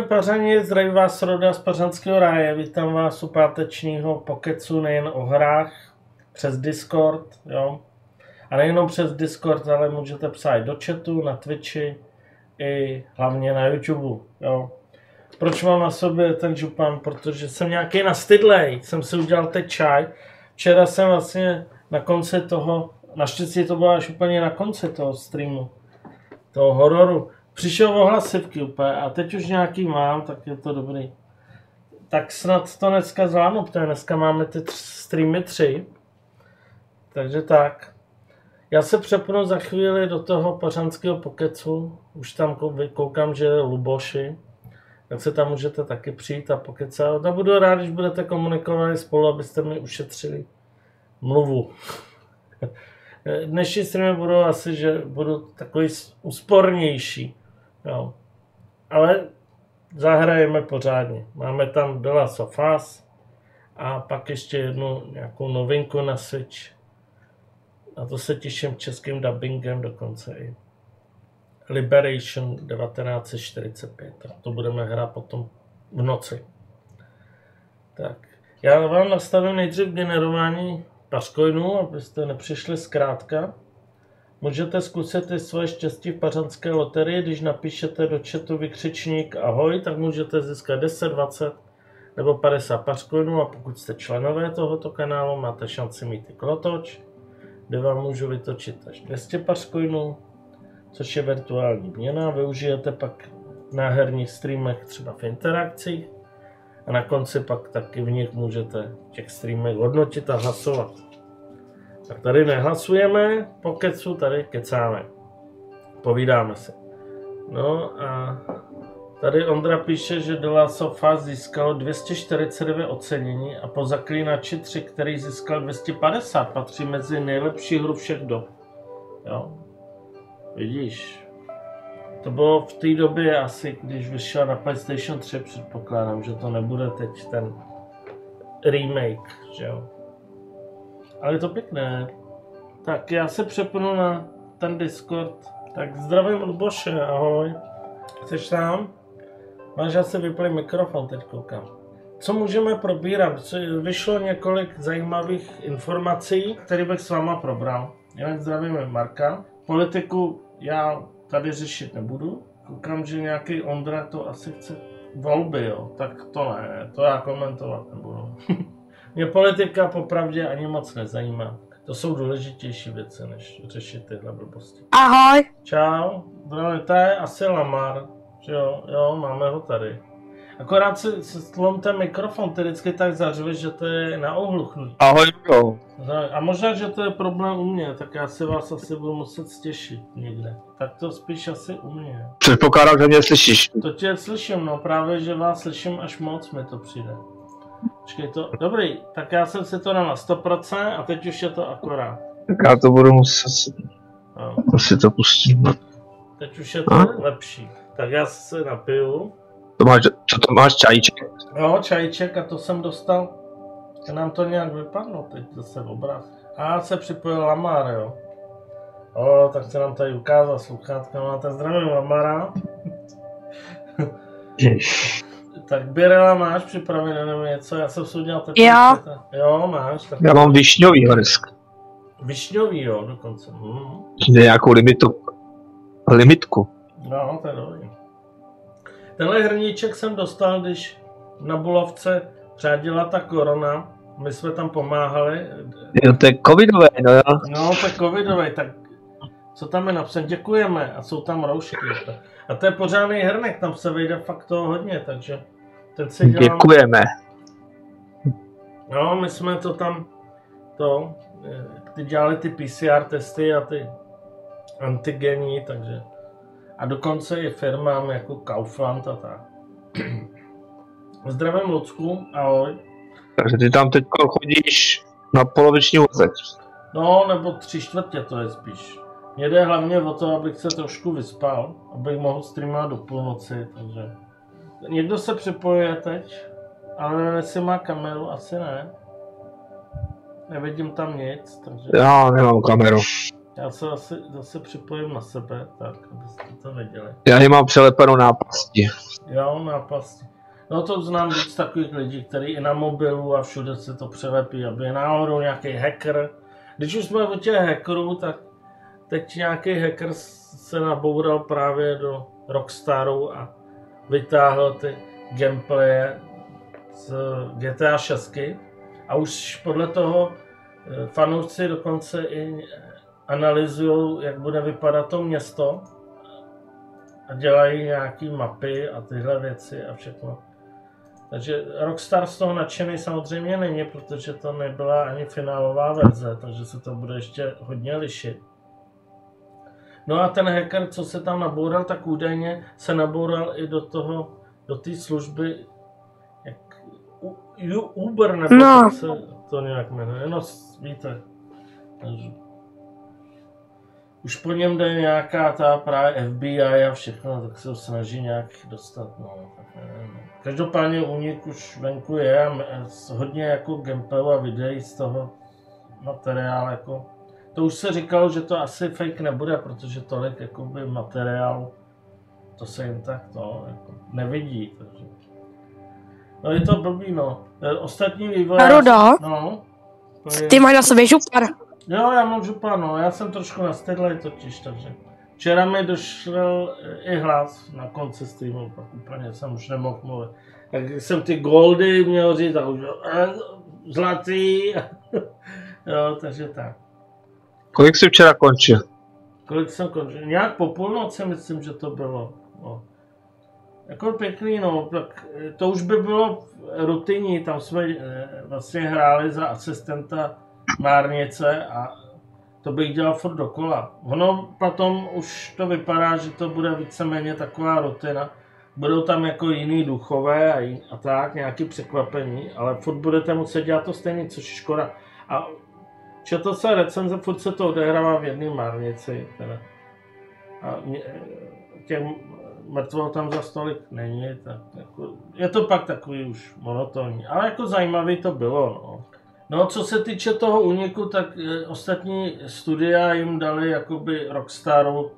pařani, zdraví vás Roda z Pařanského ráje, vítám vás u pátečního pokecu nejen o hrách, přes Discord, jo. A nejenom přes Discord, ale můžete psát do chatu, na Twitchi i hlavně na YouTube, jo. Proč mám na sobě ten župan? Protože jsem nějaký nastydlej, jsem si udělal teď čaj. Včera jsem vlastně na konci toho, naštěstí to bylo až úplně na konci toho streamu, toho hororu, přišel o hlasivky úplně a teď už nějaký mám, tak je to dobrý. Tak snad to dneska zvládnu, protože dneska máme ty streamy 3. Takže tak. Já se přepnu za chvíli do toho pařanského pokecu. Už tam koukám, že je Luboši. Tak se tam můžete taky přijít a pokecat. A budu rád, když budete komunikovat spolu, abyste mi ušetřili mluvu. Dnešní streamy budou asi, že budu takový úspornější. Jo. Ale zahrajeme pořádně. Máme tam The Last of Us a pak ještě jednu nějakou novinku na Switch. A to se těším českým dubbingem dokonce i. Liberation 1945. Tak to budeme hrát potom v noci. Tak. Já vám nastavím nejdřív generování pařcoinů, abyste nepřišli zkrátka. Můžete zkusit i svoje štěstí v pařanské loterii, když napíšete do chatu vykřičník ahoj, tak můžete získat 10, 20 nebo 50 pařcoinů a pokud jste členové tohoto kanálu, máte šanci mít i klotoč, kde vám můžu vytočit až 200 pařcoinů, což je virtuální měna, využijete pak na herních streamech třeba v interakcích a na konci pak taky v nich můžete v těch streamech hodnotit a hlasovat. Tak tady nehlasujeme, po kecu tady kecáme. Povídáme si. No a tady Ondra píše, že The Last of Us získalo 249 ocenění a po Zaklínači 3, který získal 250, patří mezi nejlepší hru všech dob. Jo. Vidíš. To bylo v té době asi, když vyšel na PlayStation 3, předpokládám, že to nebude teď ten remake, že jo. Ale je to pěkné. Tak já se přepnu na ten Discord. Tak zdravím Luboše, ahoj. Chceš tam? Máš asi vyplý mikrofon, teď koukám. Co můžeme probírat? Vyšlo několik zajímavých informací, které bych s váma probral. Jinak zdravíme Marka. Politiku já tady řešit nebudu. Koukám, že nějaký Ondra to asi chce volby, jo. Tak to ne, to já komentovat nebudu. Mě politika popravdě ani moc nezajímá. To jsou důležitější věci, než řešit tyhle blbosti. Ahoj. Čau. To je asi Lamar. Jo, máme ho tady. Akorát si slomte mikrofon, ty vždycky tak zařveš, že to je na ohluchnutí. Ahoj, jo. A možná, že to je problém u mě, tak já si vás asi budu muset stěšit někde. Tak to spíš asi u mě. Předpokládám, že mě slyšíš. To tě slyším, no právě, že vás slyším až moc mi to přijde. Počkej to, dobrý, tak já jsem si to dal na 100% a teď už je to akorát. Tak já to budu muset si to pustím. Teď už je to lepší. Tak já se napiju. Co to máš, čajíček? Jo, čajíček a to jsem dostal. A nám to nějak vypadlo teď zase obraz. A se připojil Lamar, jo. Tak se nám tady ukázal sluchátka. Máte zdravím Lamara. Tak Birela máš připravené nebo něco? Já jsem si udělal teď. Jo, máš. Tak... Já mám višňový dneska. Višňový, jo, dokonce. Jde nějakou limitku. No, to je dobrý. Tenhle hrníček jsem dostal, když na Bulovce řádila ta korona. My jsme tam pomáhali. Jo, to je covidové, no jo. No, to je covidové, tak co tam je napsané? Děkujeme a jsou tam roušky. A to je pořádný hrnek, tam se vejde fakt toho hodně, takže ten si dělám... Děkujeme. No, my jsme to tam, ty dělali ty PCR testy a ty antigenní, takže... A dokonce i firmám jako Kaufland a tak. Zdravím Lucku, ahoj. Takže ty tam teď chodíš na poloviční úvazek. No, nebo 3/4 to je spíš. Mně jde hlavně o to, abych se trošku vyspal, abych mohl streamovat do půlnoci, takže... Někdo se připojuje teď, ale nevím, jestli má kameru, asi ne. Nevidím tam nic, takže... Já nemám kameru. Já se asi zase připojím na sebe, tak, abyste to věděli. Já je mám přelepenou nápasti. Jo, nápasti. No to znám víc takových lidí, kteří i na mobilu a všude se to přelepí, aby je náhodou nějaký hacker. Když už jsme u těch hackerů, tak teď nějaký hacker se naboural právě do Rockstaru a vytáhl ty gameplaye z GTA 6. A už podle toho fanoušci dokonce i analyzují, jak bude vypadat to město a dělají nějaký mapy a tyhle věci a všechno. Takže Rockstar z toho nadšený samozřejmě není, protože to nebyla ani finálová verze, takže se to bude ještě hodně lišit. No a ten hacker, co se tam naboural, tak údajně se naboural i do té služby, jak Uber nebo tak se to nějak jmenuje, no víte. Takže už po něm jde nějaká ta právě FBI a všechno, tak se ho snaží nějak dostat, no, tak nevím. Každopádně únik už venku je a hodně jako gameplayu a videí z toho materiálu, jako. To už se říkalo, že to asi fake nebude, protože tolik jakoby materiálu, to se jen tak to jako nevidí, takže. No je to blbý, no. Ostatní vývojáři... Rudo, no, ty máš na sobě župar. Jo, já mám župa, no, já jsem trošku nastydlej totiž, takže včera mi došel i hlas na konci streamu, pak úplně jsem už nemohl mluvit. Tak jsem ty goldy měl říct a už zlatý, jo, takže tak. Kolik jsi včera končil? Kolik jsem končil? Nějak po půlnoci myslím, že to bylo, no. Jako pěkný, no, tak to už by bylo rutinní, tam jsme vlastně hráli za asistenta Márnice a to bych dělal furt dokola. Ono potom už to vypadá, že to bude víceméně taková rutina. Budou tam jako jiný duchové a tak, nějaké překvapení, ale furt budete muset dělat to stejně, což je škoda. A četl se recenze, furt se to odehrává v jedné Márnici. Teda. A těch mrtvol tam za stolik není, tak jako, je to pak takový už monotónní, ale jako zajímavý to bylo, no. No, co se týče toho úniku, tak ostatní studia jim dali jakoby Rockstaru,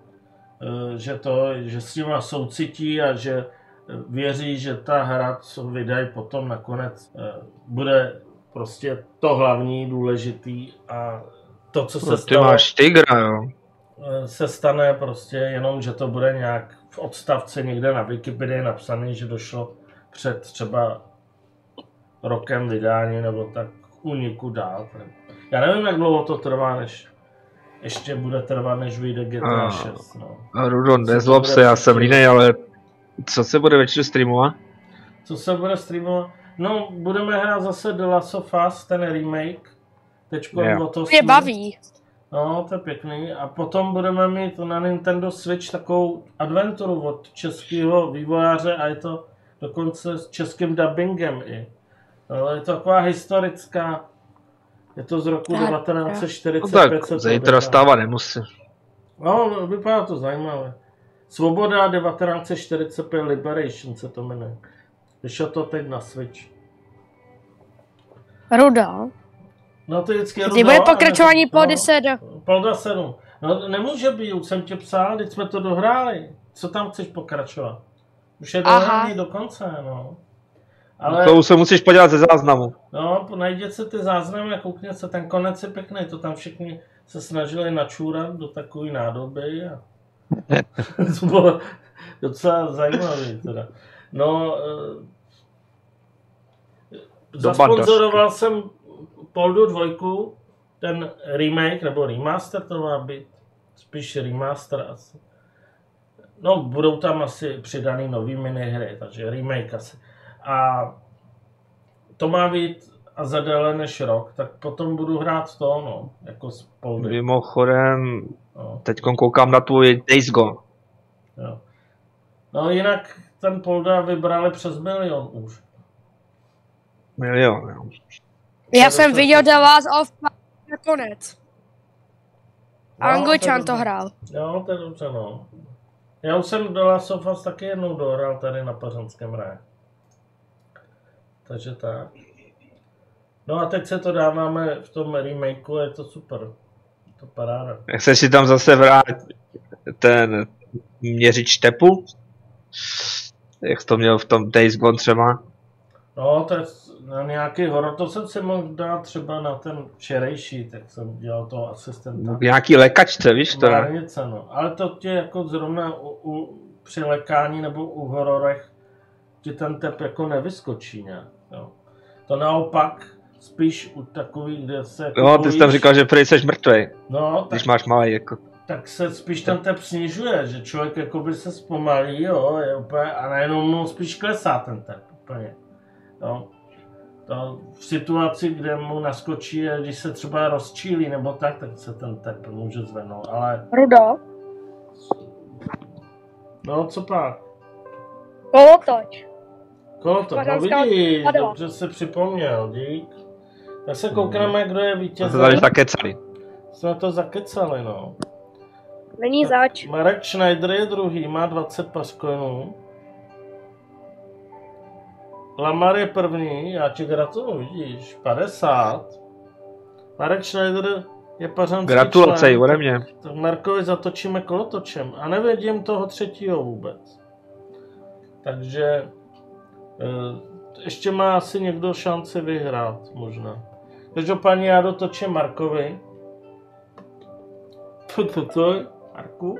že s nima soucití a že věří, že ta hra, co vydají potom nakonec, bude prostě to hlavní, důležitý a to, co se stalo, máš Tigra, jo? Se stane prostě jenom, že to bude nějak v odstavci někde na Wikipedii napsaný, že došlo před třeba rokem vydání nebo tak úniku dál. Já nevím, jak dlouho to trvá, než ještě bude trvat, než vyjde GTA 6. No. Rudo, nezlob se, já jsem línej, ale co se bude večer streamovat? Co se bude streamovat? No, budeme hrát zase The Last of Us, ten remake. Teďko o to mě baví. No, to je pěkný. A potom budeme mít na Nintendo Switch takovou adventuru od českého vývojáře a je to dokonce s českým dubbingem i. Ale je to taková historická, je to z roku 1945. No tak, zítra stávat nemusí. No, vypadá to zajímavé. Svoboda 1945 Liberation se to jmenuje. Vyšlo to teď na Switch. Rudo. No to je vždycky Kdy bude pokračování po 10? Po 7. No nemůže být, už jsem tě psal, teď jsme to dohráli. Co tam chceš pokračovat? Už je dohraný do konce, no. Ale... To už se musíš podívat ze záznamu. No, najděte si ty záznamy a koukněte se, ten konec je pěkný, to tam všichni se snažili načůrat do takové nádoby a to bylo docela zajímavé teda. No, zasponzoroval jsem Poldu 2, ten remake, nebo remaster to má být, spíš remaster asi. No, budou tam asi přidaný nový minihry, takže remake asi. A to má být a za déle než rok, tak potom budu hrát to, no, jako s Poldy. Mimochodem, teď koukám na tvůj Days Gone. Jo. No jinak ten Polda vybrali přes 1 milion už. Milion, jo. Já jsem viděl The Last of Us nakonec. Angličan to hrál. Jo, to je dobře, no. Já už jsem The Last of Us taky jednou dohrál tady na Pařanském ráji. Takže tak. No a teď se to dáváme v tom remakeu, je to super. to paráda. Jak se si tam zase vrátit ten měřič tepu? Jak to měl v tom Days Gone třeba? No, to je na nějaký horor, to jsem si mohl dát třeba na ten včerejší, tak jsem dělal toho asistenta. Nějaký lékačce, víš to? Márnice, no. Ale to tě jako zrovna při lekání nebo u hororech ti ten tep jako nevyskočí nějak. Jo. To naopak spíš u takových, kde se jako no, ty jsi tam říkal, že prý seš mrtvej, no, když máš malý jako. Tak se spíš ten tep snižuje, že člověk jakoby se zpomalí, jo, je úplně, a najednou mu spíš klesá ten tep úplně. Jo. To v situaci, kde mu naskočí, když se třeba rozčílí nebo tak se ten tep může zvednout, ale... Rudo? No, co pak? Kolotoč. Kolotoč, no vidíš, dobře se připomněl, dík. Tak se koukneme, kdo je vítěz. To tady zakecali. Jsme to zakecali, no. Není zač. Marek Schneider je druhý, má 20 pascoinů. Lamar je první, já ti gratuluju, vidíš, 50. Marek Schneider je pařanský Gratulace člen, ode mě. Tak Markovi zatočíme kolotočem a nevědím toho třetího vůbec. Takže ještě má asi někdo šanci vyhrát, možná. Každopádně já dotočím Markovi. Marku.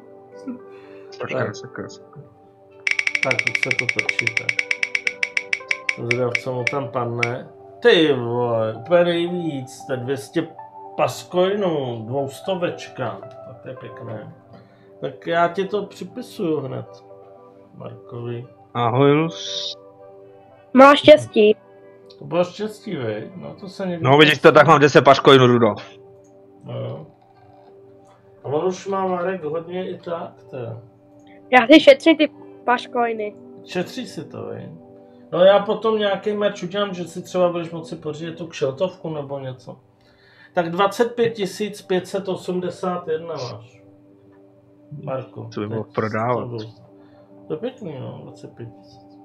Tak, už se to točíte. Zdrav, co mu tam padne. Ty vole, úplně nejvíc, to je 200 pascoinů, 200. Tak to je pěkné. Tak já ti to připisuju hned, Markovi. Ahoj, Lus. Máš štěstí. To bylo štěstí, vej? No to se někdy... No vidíš to, tak mám 10 pascoinů, Rudo. No. A on už má, Marek, hodně i tak, teda. Já si šetřím ty paškojny. Šetří si to, vej? No já potom nějaký merch udělám, že si třeba budeš moci pořídit tu kšeltovku nebo něco. Tak 25 581 máš. Marku. Co by mohl prodávat? To je pěkný, no, 25 000.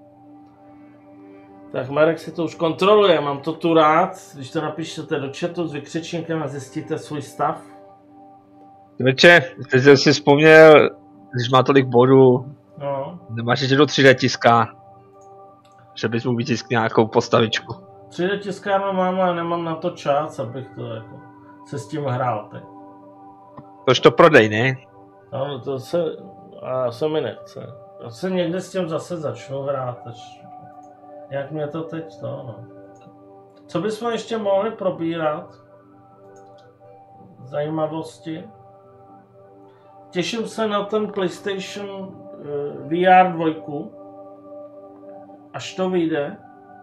Tak Marek si to už kontroluje, mám to tu rád, když to napíšete do chatu s vykřičníkem a zjistíte svůj stav. Veče, teď jsem si vzpomněl, když má tolik bodů, no. Nemáš ještě do 3D tiska, že bys mu vytiskl nějakou postavičku. 3D tiskárnu mám, ale nemám na to čas, abych to jako se s tím hrál teď. Tož to prodej, ne? No, to se mi nechce. Já se někde s tím zase začnu hrát, až jak mě to teď to, no. Co bychom ještě mohli probírat? Zajímavosti. Těším se na ten PlayStation VR 2, až to vyjde.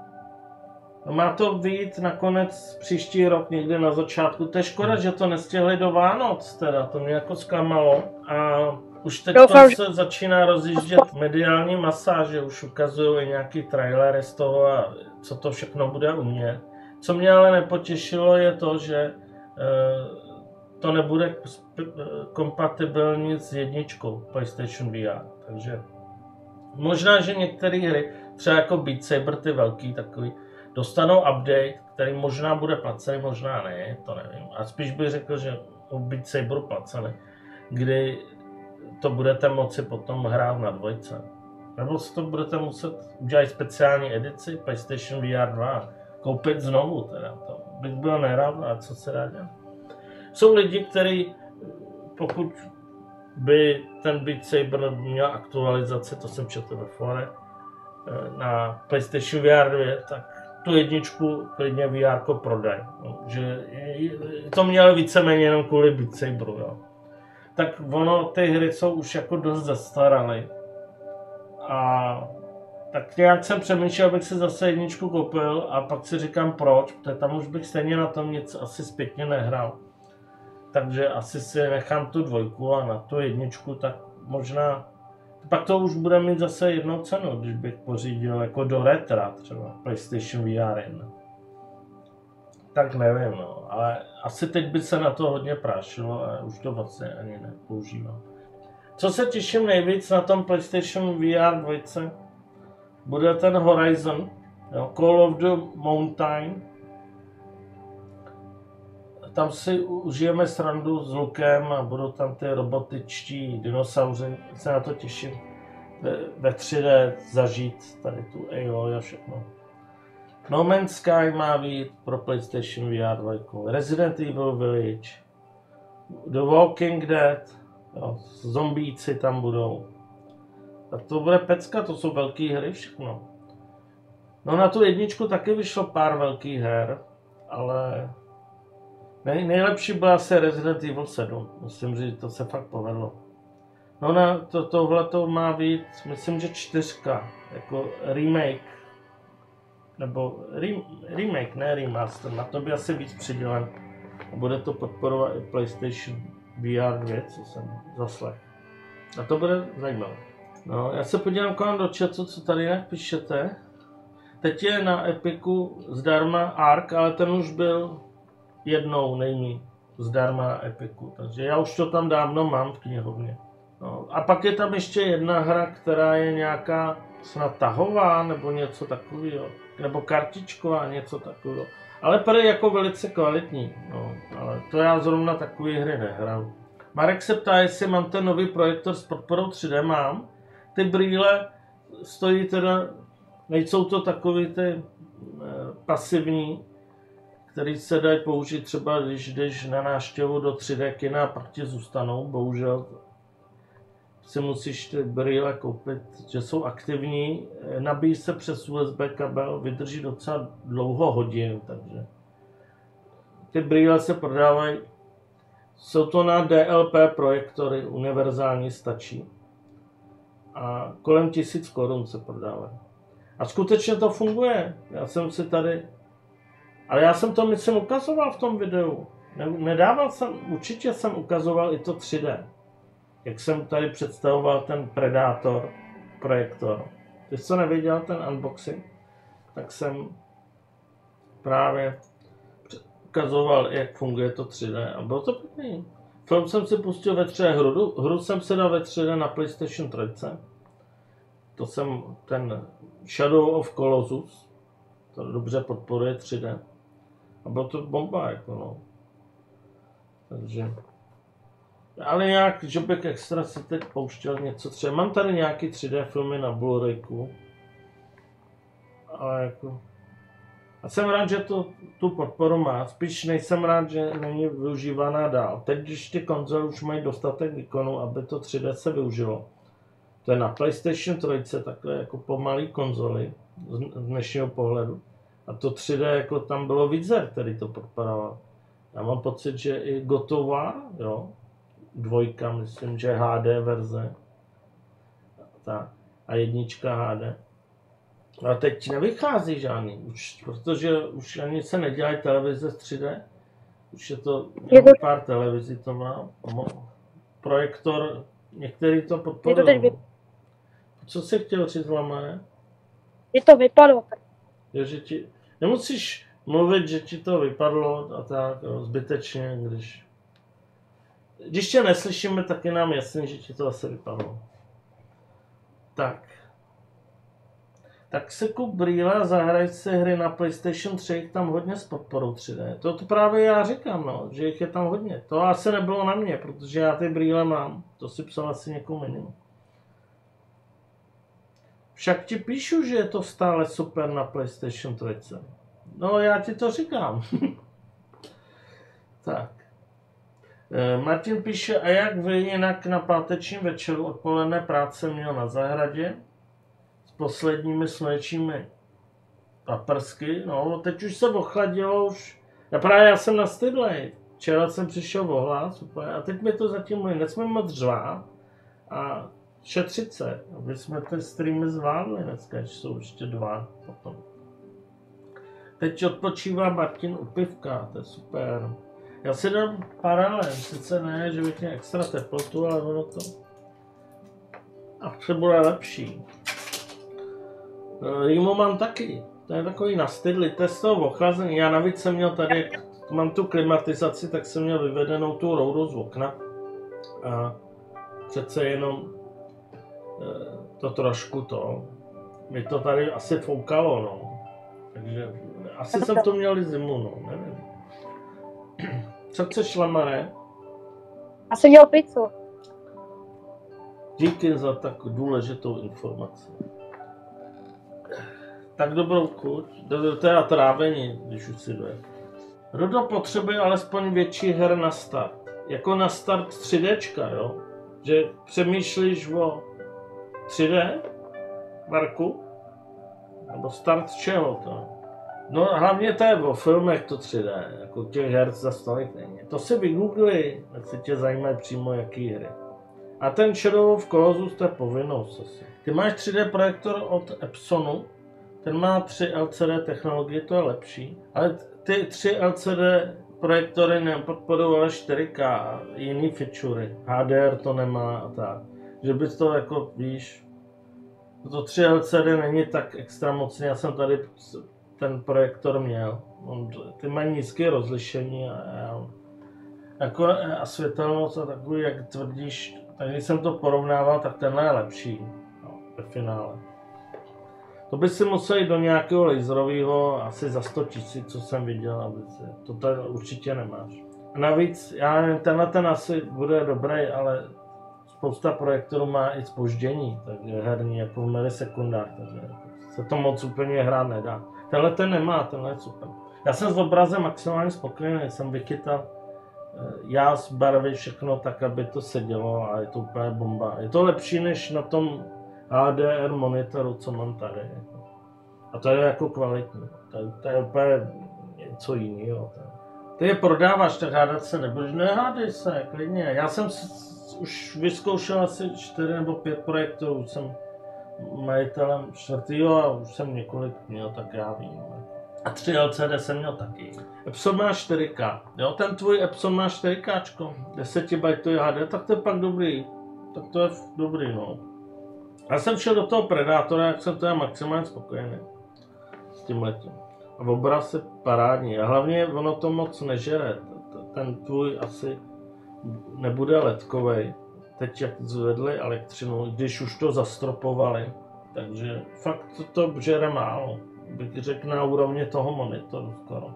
No, má to vyjít nakonec příští rok, někde na začátku. To je škoda, že to nestihli do Vánoc, teda to mě jako zklamalo. A už teď se začíná rozjíždět mediální masáže, už ukazují i nějaký trailery z toho a co to všechno bude umět. Co mě ale nepotěšilo je to, že to nebude kompatibilní s jedničkou PlayStation VR, takže možná, že některé hry, třeba jako Beat Saber, ty velký takový, dostanou update, který možná bude placený, možná ne, to nevím. A spíš bych řekl, že u Beat Saberu placený, kdy to budete moci potom hrát na dvojce. Nebo si to budete muset udělat speciální edici PlayStation VR 2, koupit znovu teda, to bych byl nerad, a co se dá dělat. Jsou lidi, kteří, pokud by ten Beat Saber měl aktualizaci, to jsem četl ve fore, na PlayStation VR 2, tak tu jedničku klidně VR prodají. No, že to měl víceméně jenom kvůli Beat Saberu, jo. Tak ono, ty hry jsou už jako dost zastaralé. A tak nějak jsem přemýšlel, abych si zase jedničku koupil a pak si říkám proč, protože tam už bych stejně na tom nic asi zpětně nehrál. Takže asi si nechám tu dvojku a na tu jedničku, tak možná, pak to už bude mít zase jednou cenu, když bych pořídil jako do retra třeba PlayStation VR 1. Tak nevím, no, ale asi teď by se na to hodně prášilo a už to vlastně ani nepoužívám. Co se těším nejvíc na tom PlayStation VR 2, bude ten Horizon, jo, Call of the Mountain. tam si užijeme srandu s Lukem a budou tam ty robotičtí dinosauři. Se na to těším ve 3D zažít tady tu Aloy a všechno. No Man's Sky má být pro PlayStation VR 2, Resident Evil Village, The Walking Dead, jo, zombíci tam budou. A to bude pecka, to jsou velké hry všechno. No na tu jedničku taky vyšlo pár velkých her, ale nejlepší byla asi Resident Evil 7. Musím říct, to se fakt povedlo. No na tohle to má být, myslím, že 4, jako remake. Nebo remake, ne remaster, na to by asi víc přidělen. A bude to podporovat i PlayStation VR 2, co jsem zaslechl. A to bude zajímavé. No, já se podívám kolem do chatu, co tady jinak píšete. Teď je na Epiku zdarma Ark, ale ten už byl jednou nejmí zdarma na Epiku, takže já už to tam dávno mám v knihovně. No, a pak je tam ještě jedna hra, která je nějaká snad tahová, nebo něco takového, nebo kartičková, něco takového. Ale prý jako velice kvalitní, no, ale to já zrovna takové hry nehraju. Marek se ptá, jestli mám ten nový projektor s podporou 3D, mám. Ty brýle stojí teda, nejsou to takový ty pasivní, který se dají použít třeba, když jdeš na návštěvu do 3D kina a pak ti zůstanou, bohužel si musíš ty brýle koupit, že jsou aktivní, nabíjí se přes USB kabel, vydrží docela dlouho hodin, takže ty brýle se prodávají, jsou to na DLP projektory, univerzální stačí a kolem 1000 korun se prodávají. A skutečně to funguje, já jsem si tady, ale já jsem to myslím ukazoval v tom videu, nedával jsem, určitě jsem ukazoval i to 3D. Jak jsem tady představoval ten Predator projektor. Když jsi neviděl ten unboxing, tak jsem právě ukazoval, jak funguje to 3D a bylo to pěkný. Film jsem si pustil ve 3D, hru jsem si dal ve 3D na PlayStation 3. To jsem ten Shadow of Colossus, to dobře podporuje 3D. A bylo to bomba, jako no. Takže... Ale nějak, že bych extra si teď pouštěl něco třeba. Mám tady nějaký 3D filmy na Blu-rayku. Ale jako... A jsem rád, že tu podporu má. Spíš nejsem rád, že není využívaná dál. Teď, když ty konzole už mají dostatek výkonu, aby to 3D se využilo. To je na PlayStation 3 takhle jako pomalý konzoli z dnešního pohledu. A to 3D jako tam bylo víc her, který to podporoval. Já mám pocit, že i gotová, jo. 2, myslím, že HD verze. Tak. A 1 HD. A teď nevychází žádný, už, protože už ani se nedělají televize z 3D. Už je to pár televizí to má. Projektor, některý to podporují. Co jsi chtěl říct, Lamane? Je to vypadlo. Jo, že ti... Nemusíš mluvit, že ti to vypadlo a tak, jo, zbytečně, Když tě neslyšíme, tak je nám jasný, že ti to asi vypadlo. Tak se kup brýle a zahraj si hry na PlayStation 3, tam hodně s podporou 3D. To právě já říkám, no, že jich je tam hodně. To asi nebylo na mě, protože já ty brýle mám. To si psal asi někomu jinému. Však ti píšu, že je to stále super na PlayStation 3. No, já ti to říkám. Tak. Martin píše, a jak vy jinak na pátečním večeru odpoledne práce měl na zahradě s posledními slunečními paprsky. No, teď už se ochladilo, už. Já jsem nastydlej. Včera jsem přišel o hlas úplně, a teď mi to zatím mluví. Nesmím moc řvát a šetřit se, aby jsme ty streamy zvládli dneska, když jsou ještě 2 potom. Teď odpočívá Martin u pivka, to je super. Já si dám paralel, sice ne, že bych měl extra teplotu, ale ono to a vše bude lepší. Rýmu mám taky, to je takový nastydlý, to je z toho ochlazení. Já navíc jsem měl tady, mám tu klimatizaci, tak jsem měl vyvedenou tu rouru z okna. A přece jenom to trošku mi to tady asi foukalo, no. Takže asi jsem to měl i zimu, no, nevím. Co chceš, Lamare? Já jsem dělal pizzu. Díky za tak důležitou informaci. Tak dobrou chuť. Teda trávení, když už si jde. Rudo potřebuje alespoň větší her na start. Jako na start 3Dčka, jo? Že přemýšlíš o 3D, Marku? Nebo start čeho to? No hlavně to je o filmech to 3D, jako těch her za stolik není. To si vygooglí, ať se tě zajímají přímo jaký hry. A ten Shadow of Colossus, to je povinnost asi. Ty máš 3D projektor od Epsonu, ten má 3 LCD technologie, to je lepší, ale ty 3 LCD projektory nepodporují ale 4K a jiný featurey. HDR to nemá a tak. Že bys to jako, víš, to 3 LCD není tak extra mocný, já jsem tady ten měl. Ty mají nízké rozlišení a světelnost a takový, jak tvrdíš, tak když jsem to porovnával, tak tenhle je lepší ve finále. To by si musel jít do nějakého laserového asi za 100 000, co jsem viděl, aby to tady určitě nemáš. A navíc, já nevím, tenhle ten asi bude dobrý, ale spousta projektorů má i zpoždění, takže herní jako v milisekundách, takže se to moc úplně hrát nedá. Tenhle ten nemá, tenhle je super. Já jsem s obrazem maximálně spokojený, jsem vychytal jas, barvy, všechno tak, aby to sedělo a je to úplně bomba. Je to lepší než na tom HDR monitoru, co mám tady. A to je jako kvalitní. To je úplně něco jiného. Ty je prodáváš, tak hádat se nebudeš. Nehádej se, klidně. Já jsem už vyzkoušel asi 4 nebo 5 projektů. Jsem majitelem 4. a už jsem několik měl, tak já vím. A 3 LCD jsem měl taky. Epson má 4K. Jo, ten tvůj Epson má 4K, 10 bajtový HD, tak to je pak dobrý. Tak to je dobrý, no. Já jsem šel do toho Predátora, jak jsem teda maximálně spokojený s tím letím. A obraz je parádní. A hlavně ono to moc nežere. Ten tvůj asi nebude ledkovej. Teď jak zvedli elektřinu, když už to zastropovali. Takže fakt to žere málo. Bych řekl na úrovni toho monitoru skoro.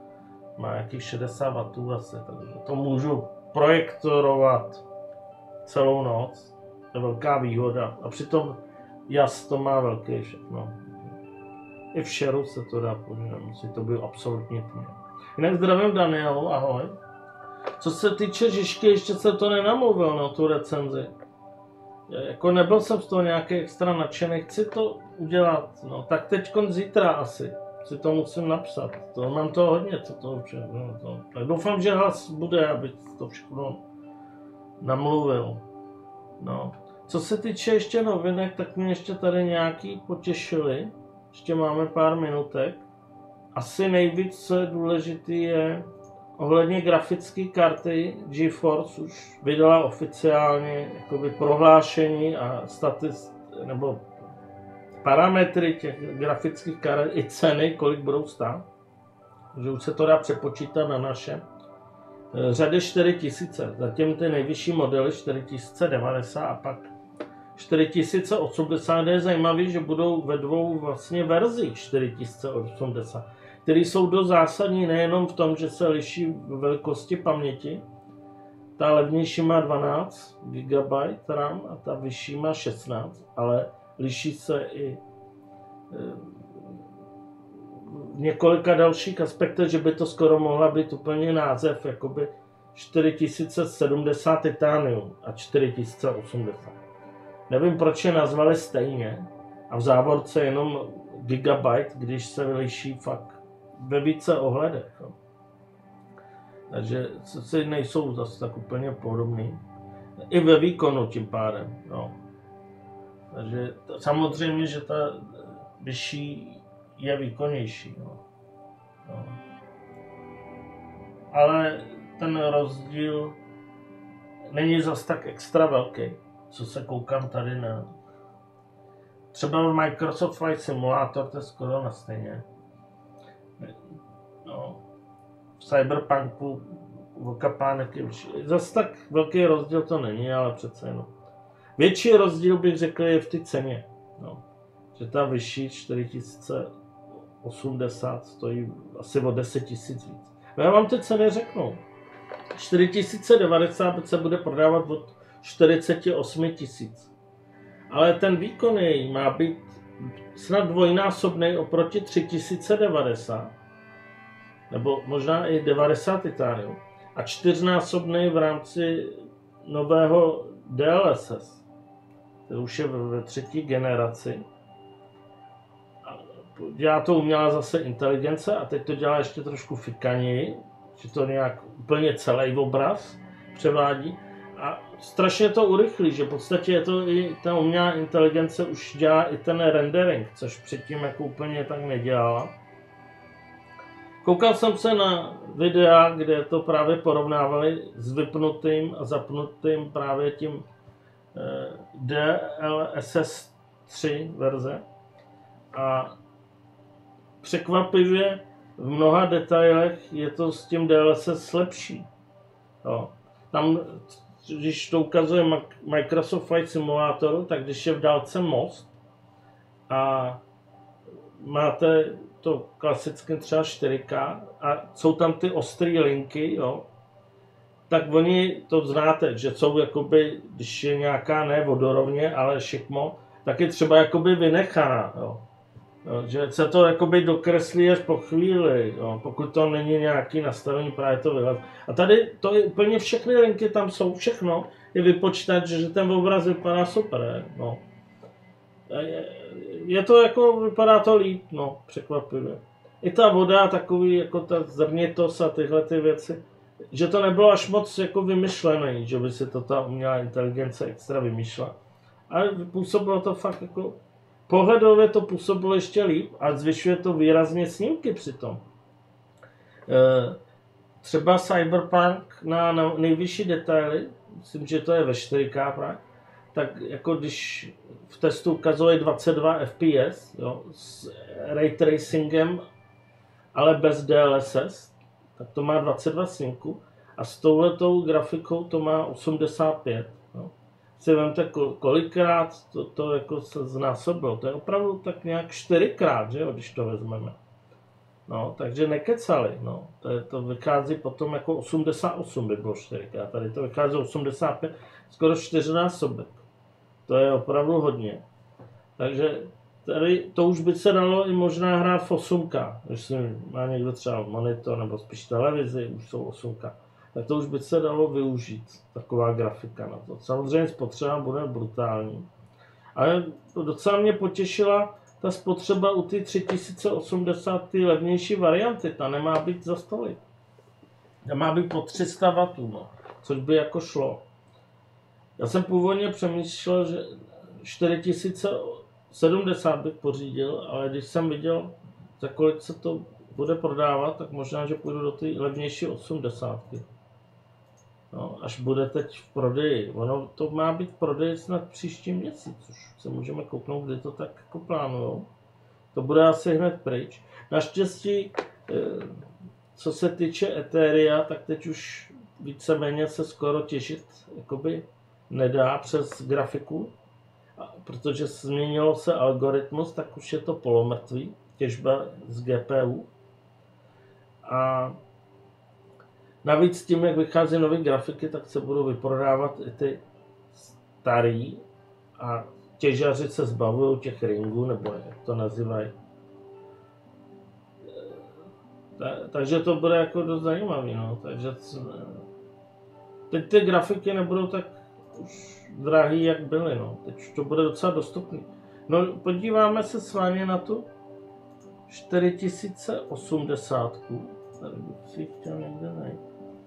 Má jakých 60 W asi, takže to můžu projektorovat celou noc. To je velká výhoda. A přitom jas to má velký všechno. I v sharu se to dá použít, musí to být absolutně tmě. Jinak zdravím Danielu, ahoj. Co se týče Žižky, ještě se to nenamluvil na tu recenzi. Jako nebyl jsem z toho nějaký extra nadšený, chci to udělat, no tak teďkon zítra asi si to musím napsat, to mám to hodně, co to určitě, no, tak doufám, že hlas bude, aby to všechno namluvil, no. Co se týče ještě novinek, tak mě ještě tady nějaký potěšili, ještě máme pár minutek, asi nejvíc, co je důležitý, je ohledně grafické karty GeForce už vydala oficiálně jakoby prohlášení a nebo parametry těch grafických karet i ceny, kolik budou stát. Že už se to dá přepočítat na naše. Řady 4000, zatím ty nejvyšší modely 4090 a pak 4080 je zajímavý, že budou ve dvou vlastně verzích 4080. Které jsou dost zásadní nejenom v tom, že se liší v velikosti paměti. Ta levnější má 12 GB RAM a ta vyšší má 16, ale liší se i v několika dalších aspektech, že by to skoro mohla být úplně název, jakoby 4070 Titanium a 4080. Nevím, proč je nazvali stejně a v závorce jenom gigabyte, když se liší fakt ve více ohledech. No. Takže si nejsou zase tak úplně podobný. I ve výkonu tím pádem. No. Takže samozřejmě, že ta vyšší je výkonnější. No. No. Ale ten rozdíl není zase tak extra velký, co se koukám tady na. Třeba v Microsoft Flight Simulator to je skoro na stejně. No, v Cyberpunku o kapánek je vyšší. Zase tak velký rozdíl to není, ale přece jenom. Větší rozdíl bych řekl je v té ceně. No, že ta vyšší 4080 stojí asi o 10 000 víc. Já vám ty ceny řeknu. 4090 se bude prodávat od 48 000. Ale ten výkon její má být snad dvojnásobný oproti 3090, nebo možná i 90 titanium, a čtyřnásobný v rámci nového DLSS. To už je ve třetí generaci. Dělá to umělá zase inteligence a teď to dělá ještě trošku fikaněji, že to nějak úplně celý obraz převádí a strašně to urychlí, že v podstatě je to i ta umělá inteligence už dělá i ten rendering, což předtím jako úplně tak nedělala. Koukal jsem se na videa, kde to právě porovnávali s vypnutým a zapnutým právě tím DLSS 3 verze a překvapivě v mnoha detailech je to s tím DLSS lepší. Jo. Tam, když to ukazuje Microsoft Flight Simulator, tak když je v dálce most a máte to klasicky třeba 4K a jsou tam ty ostré linky, jo, tak oni to znáte, že jsou jakoby, když je nějaká ne vodorovně, ale šikmo, tak je třeba jakoby vynechaná, jo. Jo, že se to jakoby dokreslí až po chvíli, jo, pokud to není nějaký nastavení, právě to vylez. A tady to je úplně všechny linky, tam jsou všechno, je vypočítat, že ten obraz vypadá super, no. Je to jako, vypadá to líp, no, překvapivě. I ta voda, takový, jako ta zrnitost a tyhle ty věci, že to nebylo až moc jako vymyšlené, že by si to ta umělá inteligence extra vymýšlela. Ale působilo to fakt jako, pohledově to působilo ještě líp a zvyšuje to výrazně snímky přitom. Třeba Cyberpunk na nejvyšší detaily, myslím, že to je ve 4K právě, tak jako když v testu ukazuje 22 fps, jo, s ray tracingem, ale bez DLSS, tak to má 22 snímků a s touhletou grafikou to má 85. Jo. Si vemte, kolikrát to jako se znásobilo, to je opravdu tak nějak 4krát, že jo, když to vezmeme. No, takže nekecali, no. To vychází potom jako 88 by bylo 4krát, tady to vychází 85, skoro 4násobek. To je opravdu hodně. Takže tady to už by se dalo i možná hrát v 8K, když má někdo třeba monitor nebo spíš televizi, už jsou 8K. Tak to už by se dalo využít, taková grafika na to. Samozřejmě spotřeba bude brutální. Ale to docela mě potěšila ta spotřeba u ty 3080 ty levnější varianty, ta nemá být za stolik. Ta má být po 300 W, no, což by jako šlo. Já jsem původně přemýšlel, že 4070 bych pořídil, ale když jsem viděl, za kolik se to bude prodávat, tak možná, že půjdu do té levnější 80. No, až bude teď v prodeji. Ono to má být v prodeji snad příští měsíc, už se můžeme kouknout, kdy to tak jako plánujou. To bude asi hned pryč. Naštěstí, co se týče Etheria, tak teď už víceméně se skoro těšit jakoby nedá přes grafiku, protože změnilo se algoritmus, tak už je to polomrtvý, těžba z GPU. A navíc tím, jak vychází nové grafiky, tak se budou vyprodávat i ty starý a těžaři se zbavují těch ringů, nebo jak to nazývají. Takže to bude jako dost zajímavý, no. Takže teď ty grafiky nebudou tak už drahý, jak byly, no. Teď už to bude docela dostupný. No, podíváme se s vámi na tu 4080. Tady bych si chtěl někde najít.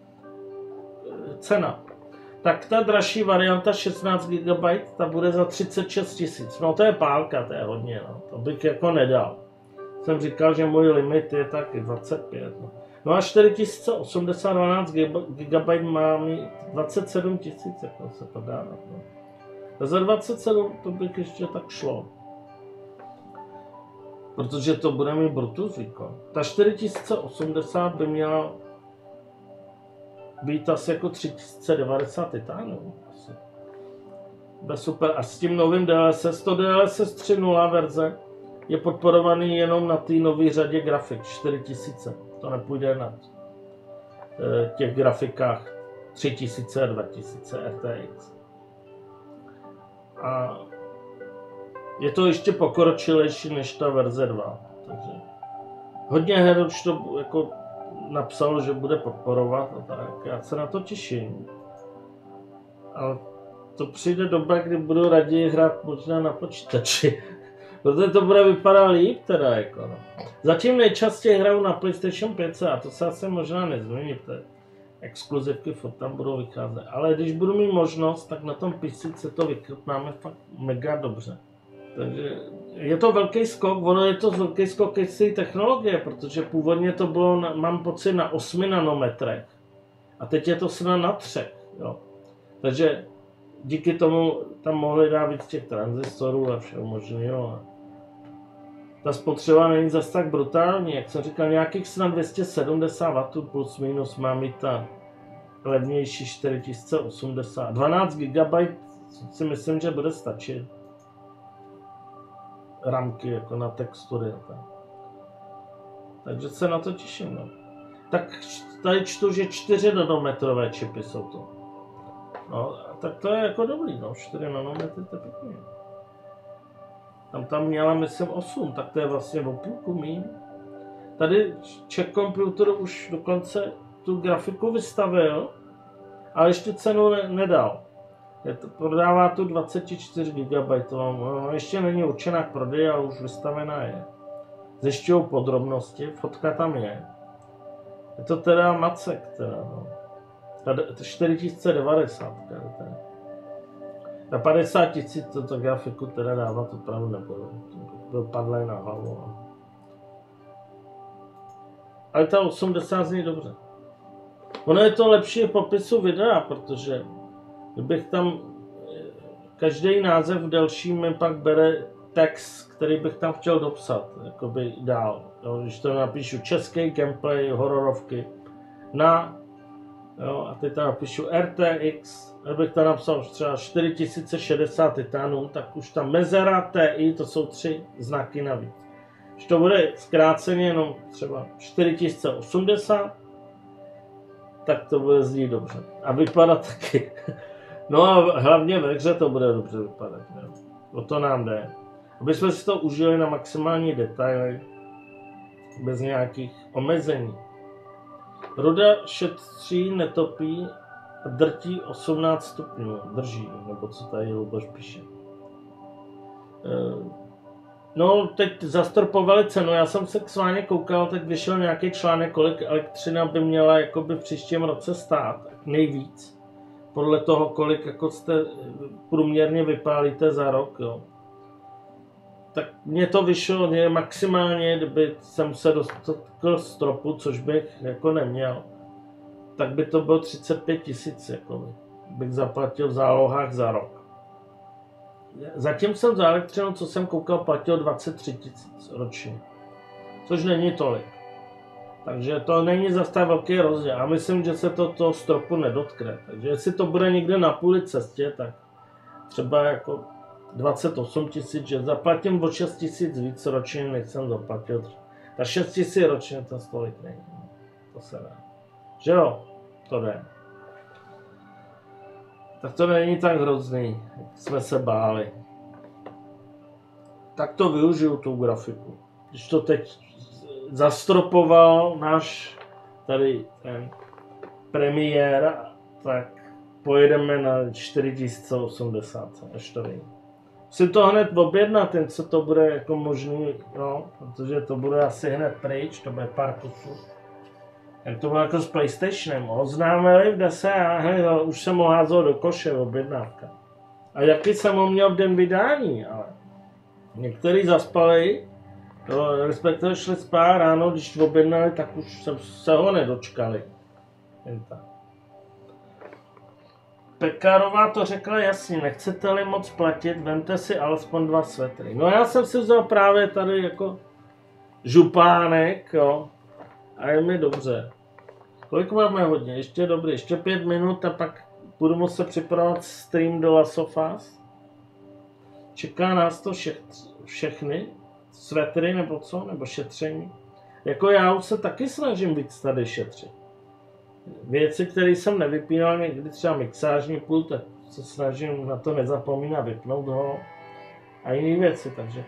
Cena. Tak ta dražší varianta 16 GB, ta bude za 36 000. No to je pálka, to je hodně, no. To bych jako nedal. Jsem říkal, že můj limit je taky 25. No a 4080 12 GB má mít 27 000, jako se to dá. No. A za 27 to bych ještě tak šlo. Protože to bude mít Bluetooth výkon. Ta 4080 by měla být asi jako 3090 titanium. Bez super. A s tím novým DLSS, to DLSS 3.0 verze je podporovaný jenom na té nové řadě grafik 4000. To nepůjde na těch grafikách 3000 a 2000 RTX. A je to ještě pokročilejší než ta verze 2. Takže hodně her už to jako napsalo, že bude podporovat a tak. Já se na to těším. Ale to přijde doba, kdy budu raději hrát možná na počítači. Protože to bude vypadat líp teda jako no. Zatím nejčastěji hraju na PlayStation 5 a to se asi možná nezmění, protože exkluzivky furt tam budou vycházet. Ale když budu mít možnost, tak na tom PC se to vychutnáme fakt mega dobře. Takže je to velký skok, ono je to velký skok i z té technologie, protože původně to bylo, mám pocit, na 8 nanometrech. A teď je to snad na 3. Jo. Takže díky tomu tam mohli dát víc těch tranzistorů a všeho možného. Ta spotřeba není zase tak brutální, jak jsem říkal, nějakých snad 270 W plus minus má mít ta levnější 4080. 12 GB si myslím, že bude stačit. Ramky jako na textury. Takže se na to těším. No. Tak tady čtu, že 4 nanometrové čipy jsou to. No, tak to je jako dobrý, no, 4 nanometry, to je pěkný. Tam měla, myslím, 8, tak to je vlastně o půlku míň. Tady Czech Computer už dokonce tu grafiku vystavil, ale ještě cenu nedal. Prodává tu 24 GB, no, ještě není určená k prodeji, ale už vystavená je. Zjišťují podrobnosti, fotka tam je. Je to teda macek, teda, no. 4090. Na 50 000 toto grafiku teda dávat opravdu nebudu. Byl padlý na hlavu. Ale ta 80 zní dobře. Ono je to lepší v popisu videa, protože kdybych tam každý název delší mi pak bere text, který bych tam chtěl dopsat, jakoby dál. Jo, když to napíšu český gameplay, hororovky na, jo, a teď tam napíšu RTX, kdybych tam napsal třeba 4060 Titanum, tak už tam mezera TI, to jsou 3 znaky navíc. Když to bude zkráceně jenom třeba 4080, tak to bude znít dobře. A vypadat taky. No a hlavně ve hře to bude dobře vypadat. Jo. O to nám jde. Aby jsme si to užili na maximální detaily, bez nějakých omezení. Ruda šetří, netopí a drtí 18 stupňů. Drží, nebo co tady Luboš píše. No, teď zastropovali cenu. Já jsem se k Sváně koukal, teď vyšel nějaký článek, kolik elektřina by měla jakoby v příštím roce stát. Nejvíc. Podle toho, kolik jako jste průměrně vypálíte za rok, jo. Tak mně to vyšlo maximálně, kdyby jsem se dostal stropu, což bych jako neměl, tak by to bylo 35 000, jako bych zaplatil v zálohách za rok. Zatím jsem za elektřinu, co jsem koukal, platil 23 000 ročně, což není tolik. Takže to není zase tak velký rozdíl a myslím, že se to stropu nedotkne. Takže jestli to bude někde na půli cestě, tak třeba jako 28 000, že zaplatím o 6 000 víc ročně, než jsem zaplatil. Ta 6 000 ročně to stolik není. To se dá. Že jo? To jde. Tak to není tak hrozný, jak jsme se báli. Tak to využiju, tu grafiku. Když to teď zastropoval náš tady ten premiér, tak pojedeme na 4080, až to vím. Musím to hned objednat, ten co to bude jako možný, no, protože to bude asi hned pryč, to bude pár kusů. Jak to bylo jako s PlayStationem, oznámili v dese a hej, už jsem ho házel do koše, objednávka. A jaký jsem ho měl v den vydání, ale některý zaspali, to, respektive šli spát ráno, když objednali, tak už se ho nedočkali. Jen tak. Pekarová to řekla jasně, nechcete-li moc platit, vemte si alespoň 2 svetry. No já jsem si vzal právě tady jako župánek, jo, a je mi dobře. Kolik máme hodně? Ještě dobrý, ještě 5 minut a pak budu muset připravovat stream do Last of Us. Čeká nás to všechny svetry nebo co, nebo šetření. Jako já už se taky snažím víc tady šetřit. věci, které jsem nevypínal někdy, třeba mixážní pult, tak se snažím na to nezapomínat vypnout ho a jiné věci, takže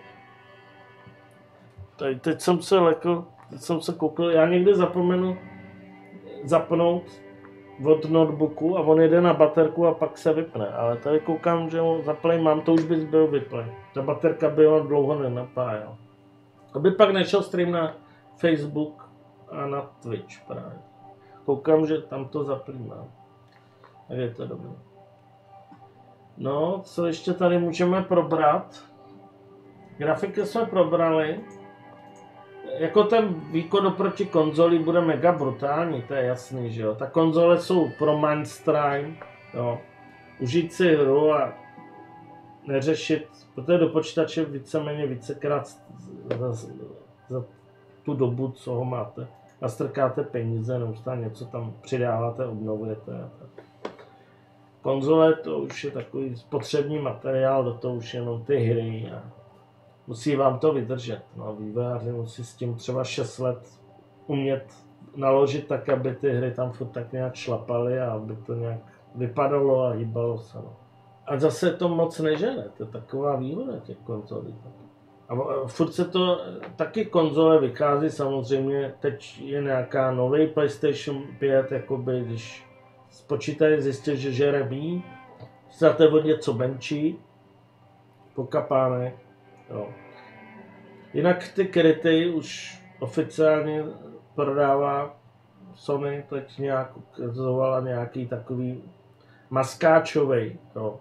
teď jsem se lekl, teď jsem se koukal, já někdy zapomenu zapnout od notebooku a on jede na baterku a pak se vypne, ale tady koukám, že ho zaplej mám, to už bys byl vyplej. Ta baterka by ho dlouho nenapájel. Aby pak nešel stream na Facebook a na Twitch právě. Koukám, že tam to zaplývá. Tak je to dobré. No, co ještě tady můžeme probrat? Grafiky jsme probrali. Jako ten výkon oproti konzoli bude mega brutální, to je jasný, že jo. Ta konzole jsou pro mainstream, jo. Užít si hru a neřešit, protože do počítače víceméně vícekrát za tu dobu, co ho máte, nastrkáte peníze, neustále něco tam přidáváte, obnovujete. Konzole to už je takový spotřební materiál, do toho už jenom ty hry a musí vám to vydržet. No, vývojáři musí s tím třeba 6 let umět naložit tak, aby ty hry tam furt tak nějak šlapaly a aby to nějak vypadalo a hýbalo se. No. A zase to moc nežene, to je taková výhoda těch konzolí. A furt se to, taky konzole vychází samozřejmě, teď je nějaká nový PlayStation 5, jakoby, když spočítají, zjistí, že žere míň, dáte od něco menší, pokapánek, jo. Jinak ty kryty už oficiálně prodává Sony, teď nějak ukazovala nějaký takový maskáčovej, jo,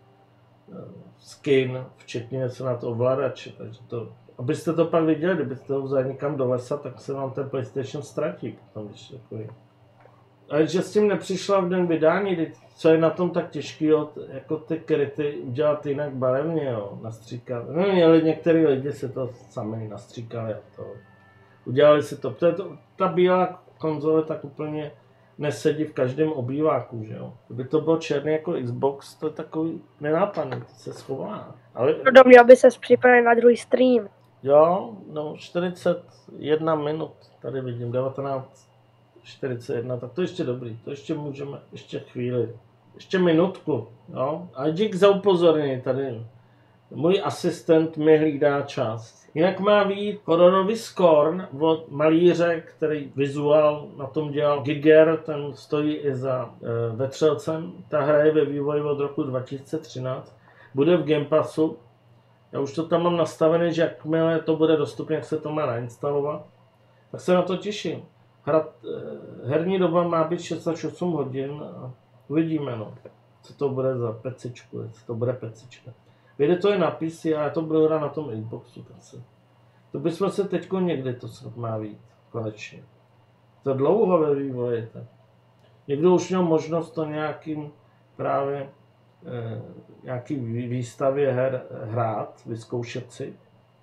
skin, včetně něco na to ovladače, takže to, abyste to pak viděli, kdybyste ho vzali někam do lesa, tak se vám ten PlayStation ztratí potom, když takový. Ale že s tím nepřišla v den vydání, co je na tom tak těžký, jako ty kryty udělat jinak barevně, jo, nastříkat. No, některý lidi se to sami nastříkali a to. Udělali si to, ta bílá konzole tak úplně nesedí v každém obýváku, že jo. Kdyby to bylo černý jako Xbox, to je takový nenápadný, to se schová. Ale Měl by ses připravit na druhý stream. jo, no 41 minut, tady vidím, 19:41, tak to ještě dobrý, to ještě můžeme, ještě chvíli, ještě minutku, jo. A dík za upozornění tady. Můj asistent mi hlídá čas. Jinak má vyjít hororový Scorn od malíře, který vizuál na tom dělal Giger, ten stojí i za Vetřelcem. Ta hra je ve vývoji od roku 2013. Bude v Game Passu. Já už to tam mám nastavené, že jakmile to bude dostupné, jak se to má nainstalovat. Tak se na to těším. Herní doba má být 6 až 8 hodin a uvidíme, no, co to bude za pecičku, co to bude pecička. Vyjde to i na PC a já to budu hrát na tom Xboxu. To bychom se teďko někdy to snad má být, konečně. To dlouho ve vývoji. Tak. Někdo už měl možnost to nějakým právě nějaký výstavě her hrát, vyzkoušet si.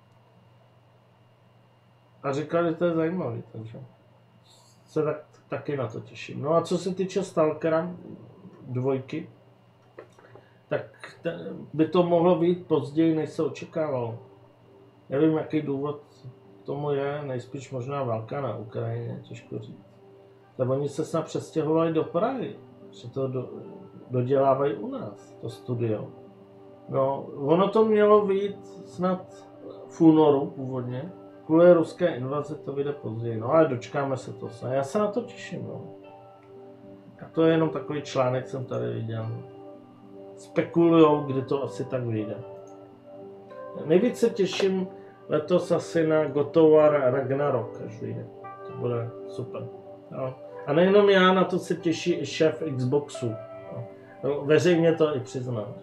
A říkali, že to je zajímavé, takže se taky na to těším. No a co se týče Stalkera 2, tak by to mohlo být později, než se očekávalo. Nevím, jaký důvod tomu je, nejspíš možná válka na Ukrajině, těžko říct. Tak oni se snad přestěhovali do Prahy, že to dodělávají u nás, to studio. No, ono to mělo být snad v únoru původně, kvůli ruské invazi to vyjde později, no ale dočkáme se to snad. Já se na to těším, no. A to je jenom takový článek, jsem tady viděl. Spekulujou, kdy to asi tak vyjde. Nejvíc se těším letos asi na God of War Ragnarok, až vyjde. To bude super. No. A nejenom já, na to se těší i šéf Xboxu. No. Veřejně to i přiznal.